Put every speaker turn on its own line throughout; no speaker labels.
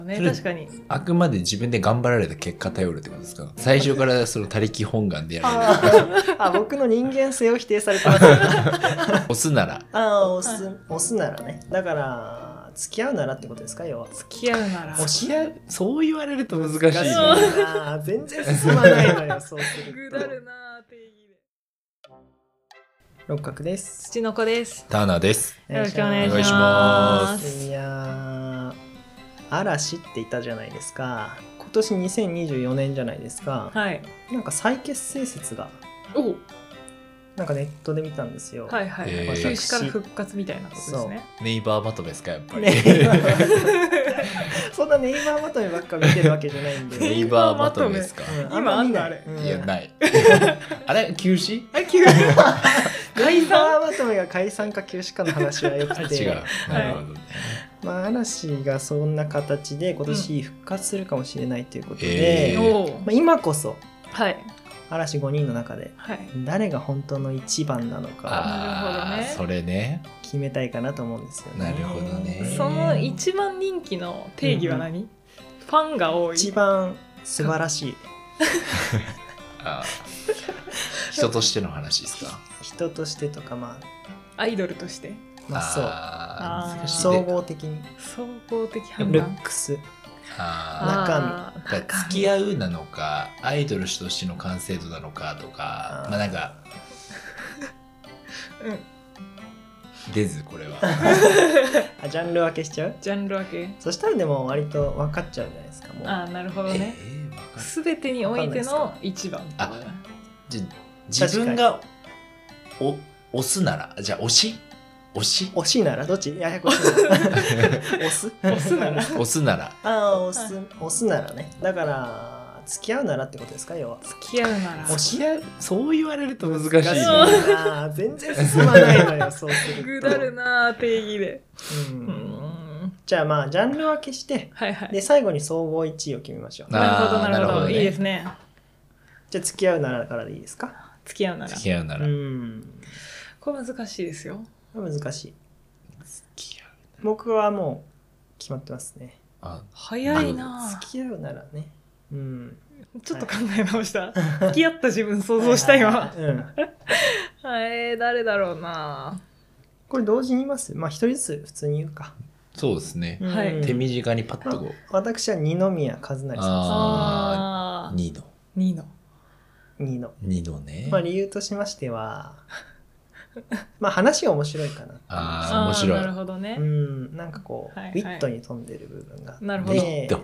ね、確かに
あくまで自分で頑張られた結果頼るってことですか？最初からその他力本願でやる
僕の人間性を否定されてます
押すなら
押すならね。だから付き合うならってことですか？要は
付き合うなら
そう言われると難しい
な。全然進まないのよそうすると。
ぐだるな定義で。
六角です。
土の子です。
ターナーです。
よろしくお願いし
お願いし
ま。
ます
いやー、嵐って言ったじゃないですか。今年2024年じゃないですか。
はい。
なんか再結成説が
お、
なんかネットで見たんですよ。
はいはい。
えー
休止から復活みたいなことですね。
ネイバーまとめですかやっぱり。
ねそんなネイバーまとめばっか見てるわけじゃないんで。
ネイバーまとめですか？
今あんのあれ
いやない。あれ休止？
あ、急に
ネ
解
イバー
散。
まとめが解散か休止かの話はよくて。
違う。なるほどね。
まあ、嵐がそんな形で今年復活するかもしれないということで、
お
まあ、今こそ
はい
嵐5人の中で
はい。
誰が本当の一番なのか
なるほどね
それね。
決めたいかなと思うんですよね。
なるほどね
その一番人気の定義は何？ファンが多い。
一番素晴らしい
あ人としての話ですか？
人としてとかま
アイドルとして
あ
あー
そう総
難しいね。
合的に
総合的判
ル
断。
ックス
あ
あー
だから付き合うなのかアイドルとしての完成度なのかとかまあなんか
うん。
出ずこれは
ジャンル分けしちゃう。
ジャンル分け。
そしたらでも割と分かっちゃうじゃないですかもう。
ああ、なるほどね。
わかる
すべてにおいての一番ってことだね。
じ自分が押すならじゃあ押し
推しならどっちややこしいな押す
押すなら
押すなら
押すならね。だから付き合うならってことですか？要は
付き合うなら。
推し
そう言われると難しい
難しい
な。
な。全然進まないのよそうすると。
ぐだるな定義で。
う
うんん。
じゃあまあジャンル分けして
はいはい。
で最後に総合1位を決めましょう。
なるほどなるほど。
なるほどね
いいですね。
じゃあ付き合うならからでいいですか？
付き合うなら。
付き合うなら
これ難しいですよ。
難しい。
付き合う
僕はもう決まってますね。
あ
早いな。
付き合うならね。
ちょっと考え直した。付き合った自分想像した今。誰だろうな。
これ同時に言います？まあ一人ずつ普通に言うか。
そうですね
はい
手短にパッとこう
私は二宮和也さ
あー。
2の
2の。
んです。二の。
2のね
まあ理由としましては、まあ話が面白いかな。
面白い
なるほどね。
なんかこう、
はいはい
ウィットに富んでる部分があって、
なるほど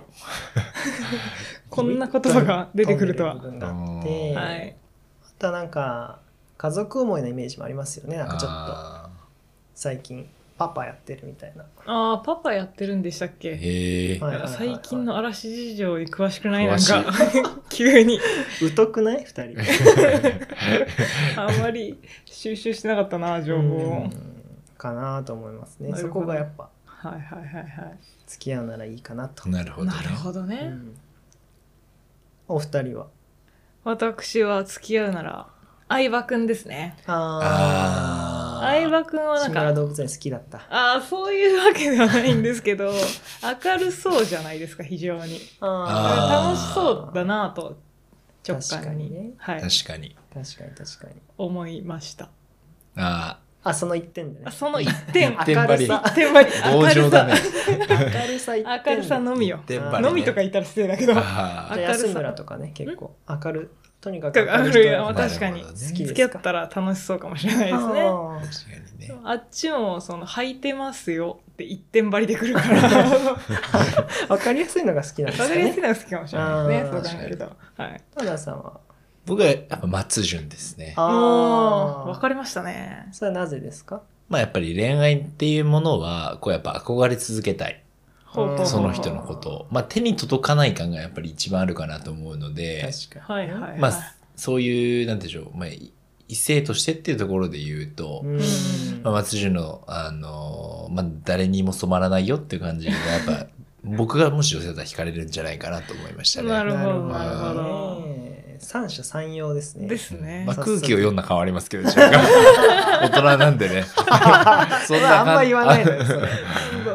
こんな
ウィット
言葉が出てくるとは
に富んでる部分があって、
はい。
あとはなんか家族思いなイメージもありますよね。なんかちょっと
あ
最近パパやってるみたいな。
ああ、パパやってるんでしたっ
ー
け？
へえ
はい
最近の嵐事情に詳しくない？なん
詳しい
か急に
疎くない二人。
あんまり収集してなかったな情報を。
かなと思いますね。そ
なるほど
こがやっぱ
はいはいはいはい。
付き合うならいいかなと。
なるほどね
なるほどね。
お二人は？
私は付き合うなら相葉くんですね。相葉くんはなん
志村
か
動物園好きだった。
そういうわけではないんですけど明るそうじゃないですか非常に。
あー
楽しそうだなと直
確か
感に
にね
はい、
確かに
確かに。
思いました。
その一点でね。
その一点
一点張り
一点張り
強情だね
明るさ一点で。
明るさのみよ。
一点張りね
のみとか言ったら失礼だけど。
あ
じゃあ
明るさ
安村とかね結構明るとにかく
明
明るい人
るい確かに
なるほどね
好きですか？
付き合ったら楽しそうかもしれないですね。
確かにね
あっちもその履いてますよって一点張りでくるから
分かりやすいのが好きなんです
わ
よね。
かりやすいのが好きかもしれないですね。そう
あー
考えると。はい。
田田さんは？
僕はやっぱ松潤ですね
分かりましたね。
それはなぜですか？
まあやっぱり恋愛っていうものはこうやっぱ憧れ続けたい
ほうほうほう
その人のことをまあ手に届かない感がやっぱり一番あるかなと思うので
確かに。
はいはいはい。
まあそういうなんていうんでしょうまあ異性としてっていうところで言うと、まあ、松潤のまあ誰にも染まらないよっていう感じがやっぱ僕がもし女性だったら惹かれるんじゃないかなと思いましたね。
なるほど
なるほ
なるほど。
ど。三者三様ですね。
ですね。
まあ、空気を読んだ変わりますけど、大人なんでね。そんな
あんま言わないのよそれ。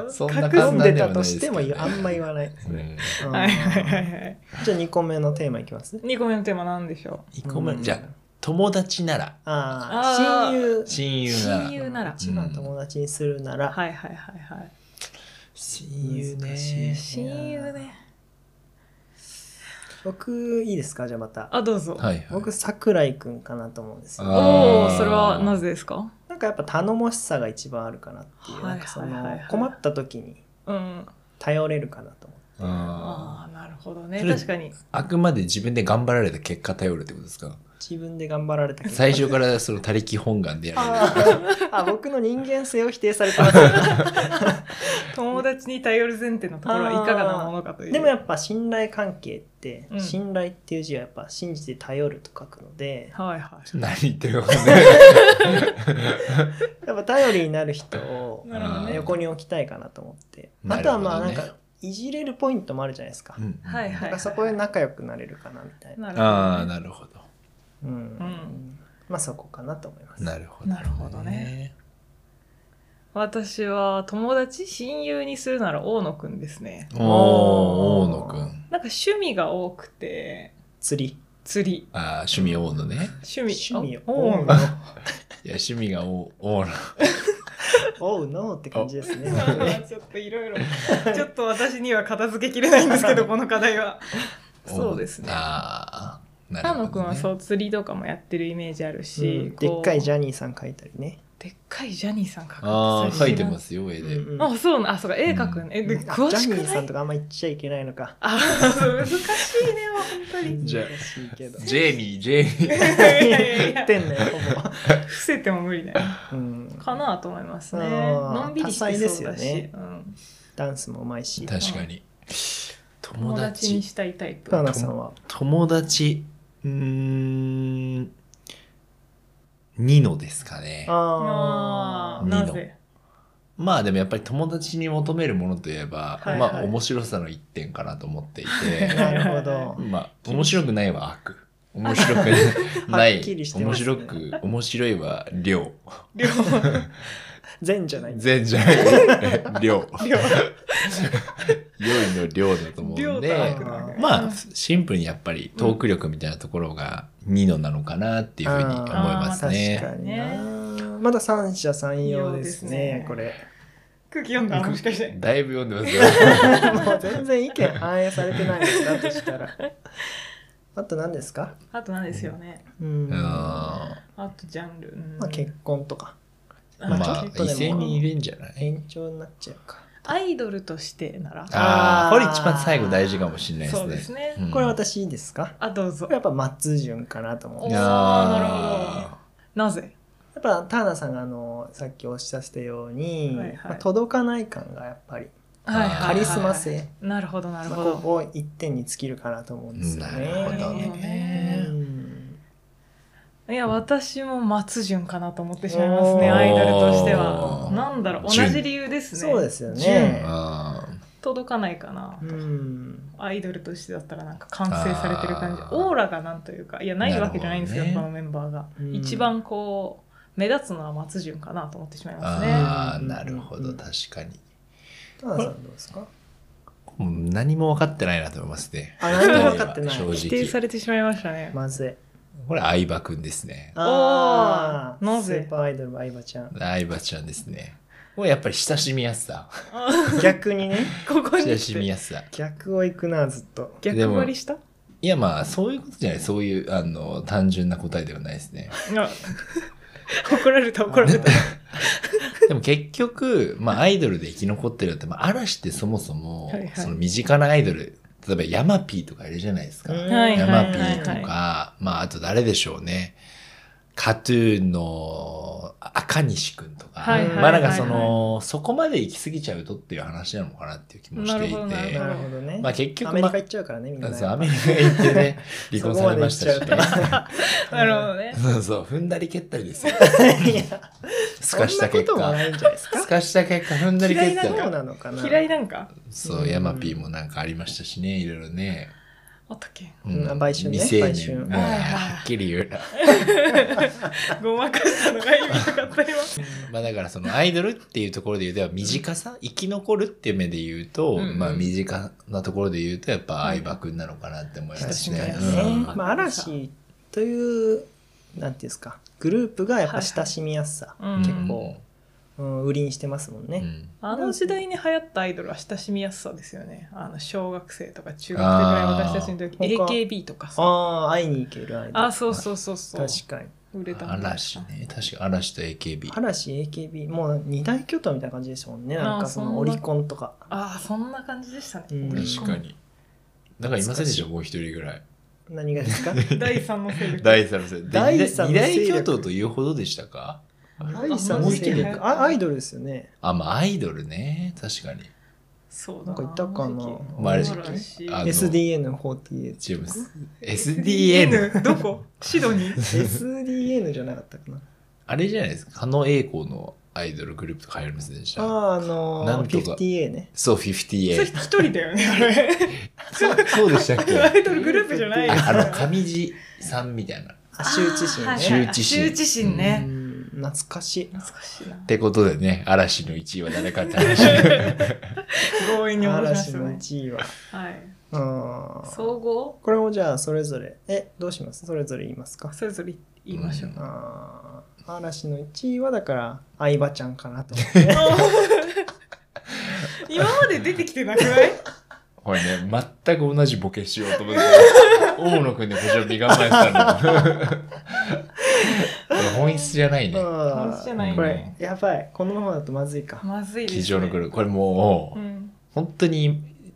そんな
読んでた
簡単ではない
としても
ですけどね
あんま言わない。
はいはいはいはい。
じゃあ2個目のテーマいきます
2個目のテーマなんでしょ
2個目、じゃあ友達なら、
ああ、
親
う。
友なら、
親友なら。
一番友達にするなら、
はいはいはいはい。
親友
難しい
ね。
親友ね。
僕いいですか？じゃあまた。
あ、どうぞ。
はいはい。
僕桜井くんかなと思うんですよ。
おお、それはなぜですか？
なんかやっぱ頼もしさが一番あるかなっていう、
はい
なんかそ
はいはいはい
の困った時に
うん。
頼れるかなと思って。
ああ、なるほどね。
それ
確かに。
あくまで自分で頑張られた結果頼るってことですか？
自分で頑張られたけど
最初からその他力本願でやる。
僕の人間性を否定されてます
友達に頼る前提のところはいかがなものかという。
でもやっぱ信頼関係って、
うん
信頼っていう字はやっぱ信じて頼ると書くので、
はいはい。
何言ってるか分かんない。
やっぱ頼りになる人を
なるほどね。
横に置きたいかなと思って、
なるほどね
あとはまあなんかいじれるポイントもあるじゃないですか、
うん
はいはい。
なんかそこで仲良くなれるかなみたいな、
なるほどね。
ああ、なるほど。
まあそこかなと思います。
なるほど。
なるほどね。私は友達親友にするなら大野くんですね。
おー、大野くん。
なんか趣味が多くて、
釣り。
釣り。
ああ、趣味大野ね。
趣味
大野。
いや、趣味が大野。
おうのって感じですね。
ちょっといろいろ、ちょっと私には片付けきれないんですけど、この課題は。そうですね。
ああ、なる
大
ほど、ね。
野くんはそう釣りとかもやってるイメージあるし、
でっかいジ
ャ
ャニーさん書いたりね。
でっかいジャニーさん描く。
ああ、書いてますすよ、絵で。
あ、そうな、あ、そうか、絵描くね。で詳しく
ジャニーさん
ない？
とかあんま言っちゃいけないのか。
あ、難しいね、本当に。
じゃあ
難しいけど。
ジェイミー、ジェイミー。
いやいやい
言
や
ってんのよ、ほぼ。
伏せても無理だよ。かなと思いますね。のんびりしてそうだし、
ダンスもうまいし。
確かに。
友達にしたいタイプ。
タナさんは
友達、ニノですかね。
ああ、なぜ？
まあでもやっぱり友達に求めるものといえば、
はいはい
まあ面白さの一点かなと思っていて、
なるほど。
まあ面白くないは悪。面白くな
はっ
い、
きりしてますね
面白いは量。
両
善じゃない。
善じゃない。量。
両
良いの量だと思うん
両と
で
悪、なわけね
まあシンプルにやっぱりトーク力みたいなところがニノなのかなっていうふうに思いますね。
確かにな。まだ三者三様ですね、これ。
空気読んだもしかして。
だいぶ読んでますよ。
もう全然意見反映されてないですだとしたら。あと何ですか？
あと何ですよね。
あ
あとジャンル。
まあ結婚とか。
まあ異性にいるんじゃない？
延長になっちゃうか。
アイドルとしてなら。
ああ、これ一番最後大事かもしれないですね。
そうですね。
これ私いいですか？
あ、どうぞ
これ。やっぱ松潤かなと思うんです。
おー、なるほど。なぜ？
やっぱターナさんがさっきおっしゃってたように、
はいはい
まあ届かない感がやっぱり
はいはいはい
カリスマ性。
なるほどなる
まあ
ほど。
ここ一点に尽きるかなと思うんですよね。
なるほどね
いや、私も松潤かなと思ってしまいますね、アイドルとしては。なんだろう、同じ理由ですね。
そうですよね
潤
あ
届かないかな。
うん。
アイドルとしてだったらなんか完成されてる感じ。オーラがなんというか、いや、ないわけじゃないんですけど、
なるほ
このメンバーが。
うん
一番こう、目立つのは松潤かなと思ってしまいますね。
あー、なるほど、確かに。
ターナさんどうですか？
もう何も分かってないなと思いますね。
何も分かってない。
正直
否定されてしまいましたね。
まずい。
これ相葉くんですね。
あ
おーなぜ
スーパーアイドルの相葉ちゃん。
相葉ちゃんですね。もうやっぱり親しみやすさ。
逆にね、
ここに
親
来て
しみやすさ。
逆を行くな、ずっと。
逆張りした
いやまあそういうことじゃない。そういう単純な答えではないですね。
あ怒られた怒られた。
でも結局、まあアイドルで生き残ってるって、まあ嵐ってそもそも
はいはい、
その身近なアイドル、例えばヤマピーとかいるじゃないですか。
うん
はい
ヤマピーとか、まああと誰でしょうね。カトゥーンの赤西くんとか、
はいはい
まあなんかそこまで行き過ぎちゃうとっていう話なのかなっていう気もしていて、
なるほどなる
なるほどね。
まあ結局、
アメリカ行っちゃうからね、みんな。
そうアメリカ行ってね、離婚されましたしね。
そこまで行っちゃう
なるほどね。
そうそう、踏んだり蹴ったりですよ。
いや、
すかした結果、
そんなこともないんじゃないですか。
すかした結果、踏んだり蹴った
そう
り。
なのかな。
嫌いなんか
そう、ヤマピーもなんかありましたしね、いろいろね。
あったっけ。
売春ね、
未成
売春
年。はっきり言うな。
ごまかしたのが意味なかった今。
まあだからそのアイドルっていうところで言うと短さ、生き残るっていう目で言うと、まあ身近なところで言うとやっぱ相葉君なのかなって思いますね。
まあ嵐というなんていうんですか、グループがやっぱ親しみやすさ、結構、売りにしてますもんね。
あの時代に流行ったアイドルは親しみやすさですよね。小学生とか中学生ぐらい私たちの時 AKB とかさ。
会いに行けるアイドル。
そうそうそうそう。
確かに。
売れた
嵐ね。確か嵐と AKB。
嵐 AKB もう二大巨頭みたいな感じでしたもんね。なんかそのオリコンとか。
そんな感じでしたね。
確かに。なんかいませんでしょ、もう一人ぐらい。
何がですか？
第三の勢力。
第三の勢力。二大巨頭というほどでしたか？
第三の勢力。アイドルですよね。
まあアイドルね。確かに。
そうなんかいたかな。SDN48。
SDN？
どこ？シドニー？
SDN じゃなかったかな。
あれじゃないですか。狩野英孝のアイドルグループとか流行りませんでした？
なんとか 50A ね。
そう、50A。
一人だよね、あれ。
そうでしたっけ？
アイドルグループじゃないよ。
上地さんみたいな。
羞恥心ね。
羞恥心ね。
懐かしい。
懐かしいな。
ってことでね、嵐の1位は誰かって話。
強引に戻しましたね。
嵐の1位は。
はい。総合？
これもじゃあそれぞれ。どうします？それぞれ言いますか？
それぞれ言いましょう。
嵐の1位はだから相葉ちゃんかなと思って。
今まで出てきてなくない？
これね、全く同じボケしようと思って大野くんでこちら身構えてたの。本質じゃないね。
本質じゃないね。
これやばい、このままだとまずいか。
まずいですね。
机上のグループ。これもう、本当に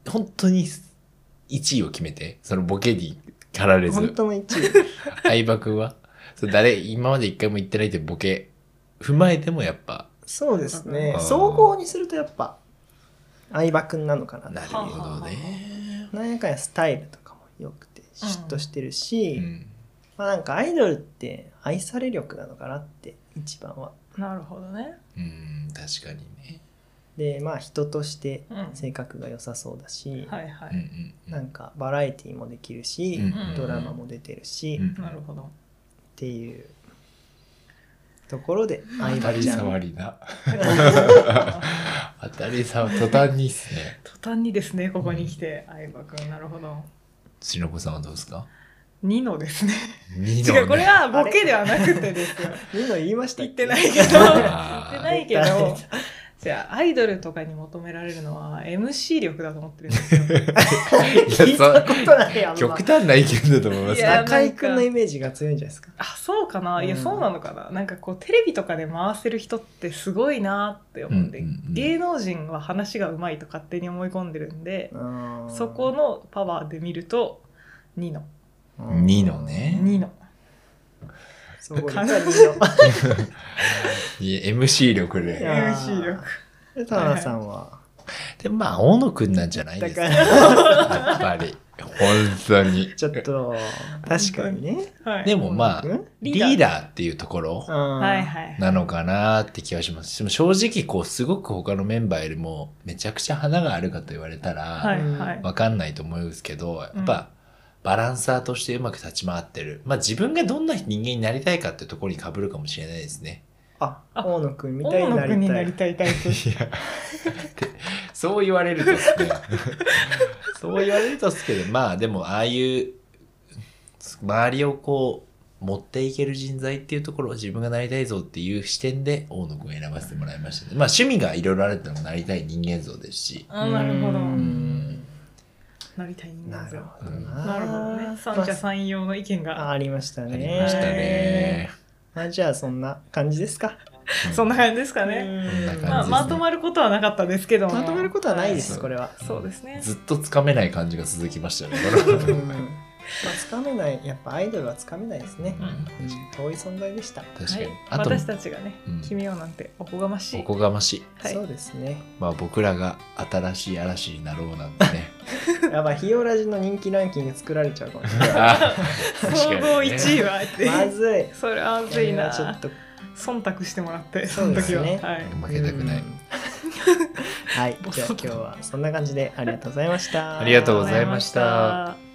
1位を決めて、そのボケに駆られず。
本当の1位。
相葉くんは今まで一回も言ってないってボケ踏まえてもやっぱ。
そうですね。総合にするとやっぱ相葉くんなのかな。
なるほどね。
なんやかんやスタイルとかも良くてシュッとしてるし、なんかアイドルって愛され力なのかなって一番は。
なるほどね。
確かにね。
で人として性格が良さそうだし、なんかバラエティーもできるし、ドラマも出てるし、
なるほど。
っていうところで
当たり障りな。当たり障り、途端にっすね。
途端にですね、ここに来て、相葉くん、なるほど。
しのこさんはどうですか？
ニノですね。
違
う、これはボケではなくてですよ。
ニノ言いましたっけ？
言ってないけど、言ってないけど、じゃあアイドルとかに求められるのは MC 力だと思ってるんですよ。
聞いたことないやん。
極端な意見だと思います。
中居君のイメージが強いんじゃないですか。
そうかな。いや、そうなのかな。なんかこうテレビとかで回せる人ってすごいなって思って、芸能人は話がうまいと勝手に思い込んでるんで、そこのパワーで見るとニノ。
ニノね。
ニノ。
そうかな。
MC 力で。
MC 力。
田原さんは。
で大野くんなんじゃないですか。やっぱり本当に。
ちょっと確かにね。
でもリーダーっていうところなのかなって気がします。でも正直こうすごく他のメンバーよりもめちゃくちゃ花があるかと言われたらわかんないと思うんですけど、やっぱバランサーとしてうまく立ち回ってる。自分がどんな人間になりたいかっていうところに被るかもしれないですね。
大野くんみたいになりたい。
大野くんになりたいタイプ。
そう言われるとですね。そう言われるとですけど、でもああいう周りをこう持っていける人材っていうところを自分がなりたいぞっていう視点で大野くんを選ばせてもらいましたね。趣味がいろいろあるってのもなりたい人間像ですし。
なるほど。なりたい人間像。なるほどね。三者三様の意見が
ありましたね。
ありましたね。
じゃあそんな感じですか。
そんな感じですかね。まとまることはなかったですけども。
まとまることはないです、これは。
そうですね。
ずっとつかめない感じが続きましたね。
つかめない、やっぱアイドルはつかめないですね。遠い存在でした。
確かに。
私たちがね、決めようなんておこがましい。
おこがましい。
そうですね。
僕らが新しい嵐になろうなんてね。
やばい、ひよラジの人気ランキング作られちゃうかもしれない。
総合1位はって。
まずい。
それはまずいな。
ちょっと
忖度してもらって、
その時は。
負けたくない。
はい、じゃあ今日はそんな感じでありがとうございました。
ありがとうございました。